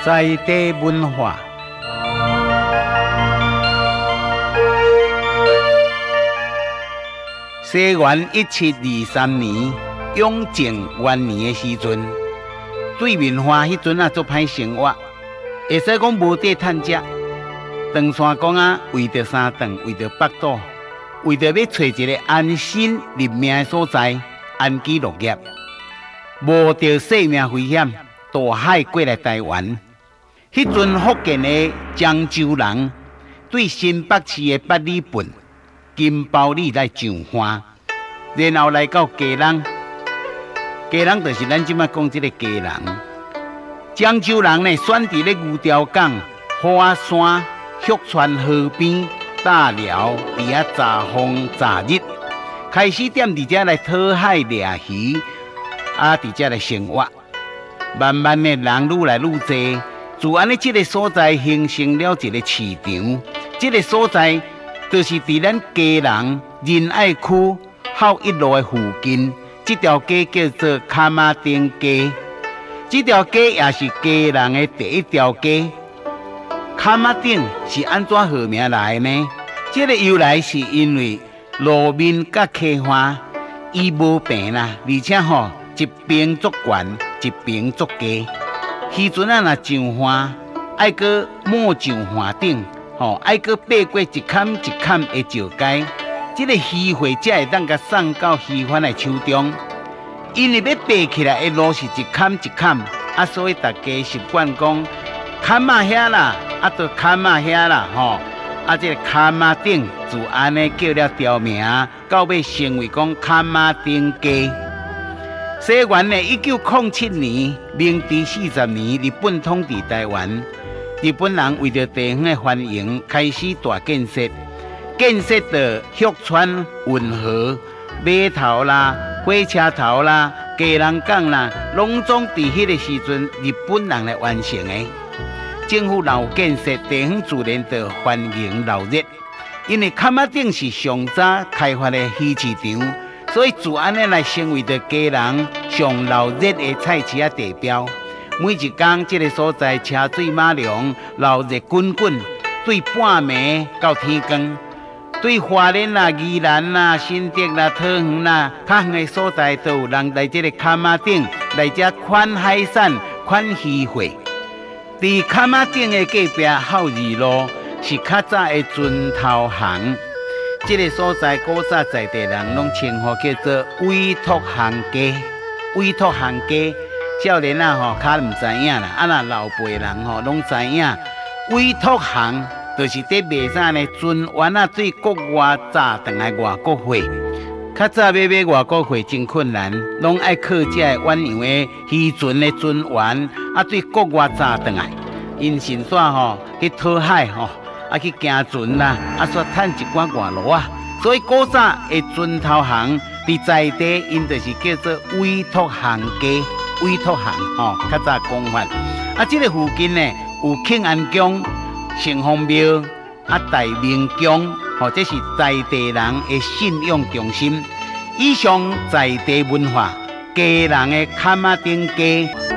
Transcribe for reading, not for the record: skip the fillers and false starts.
在地文化。西元1723年，永靖元年的时阵，对面花迄阵足歹生活，会使讲无地趁食。长山公啊，为着三顿，为着北岛，为着要找一个安心立命的所在，安居乐业，无着性命危险，渡海过来台湾。迄阵福建的漳州人对新北市的八里坪、金包里来上花，然后来到家人，家人就是咱即摆讲即个家人。漳州人呢，选伫咧牛潮港、花山、旭川河边、大寮伫遐查风查日，开始踮伫遮来讨海掠鱼，伫遮来生活。慢慢的人愈来愈多。自安尼，这个所在形成了一个市场。这个所在就是伫咱家人仁爱区孝一路的附近，这条街叫做卡马丁街。这条街也是家人的第一条街。卡马丁是安怎号名来的呢？这个由来是因为路面甲溪花伊无平啦，而且一边足悬，一边足低。时阵啊，若上花，爱搁抹上花顶，爱搁爬过一坎一坎的石阶，这个鱼货才会当甲送到鱼贩的手中。因为要爬起来的路是一坎一坎，所以大家习惯讲坎啊遐啦，就坎啊遐啦，这个坎啊顶就安尼叫了条名，到尾成为讲坎啊顶街。西元的1907年，明治40年，日本统治台湾。日本人为着地方的繁荣，开始大建设，建设到旭川运河、码头啦、火车头啦、家人港啦，拢总伫迄个时阵日本人来完成的。政府老建设，地方自然就繁荣闹热。因为坎仔顶是上早开发的鱼市场。所以自安尼来成为着家人上闹热的菜市啊地标。每一天，这个所在车水马龙，闹热滚滚，对半暝到天光。对花莲啦、宜兰啦、新竹啦、桃园啦，较远的所在都有人来这个坎仔顶来这款海产、款鱼货。伫坎仔顶的隔壁孝义路是较早的船头行。这个所在古早在地人拢称呼叫做委托行街，委托行街，少年啊较唔知影啦，若老辈人拢知影。委托行就是伫卖啥呢？船员啊，对国外炸转来外国货。较早要买外国货真困难，拢爱靠这远洋的渔船的船员对国外炸转来，因先煞去讨海去行船啦，煞趁一寡外路啊。所以古早的船头行伫在地，因就是叫做委托行街、委托行较早讲法。这个附近呢有庆安宫、城隍庙、大明宫，这是在地人的信仰中心。以上在地文化，家人的坎仔顶街。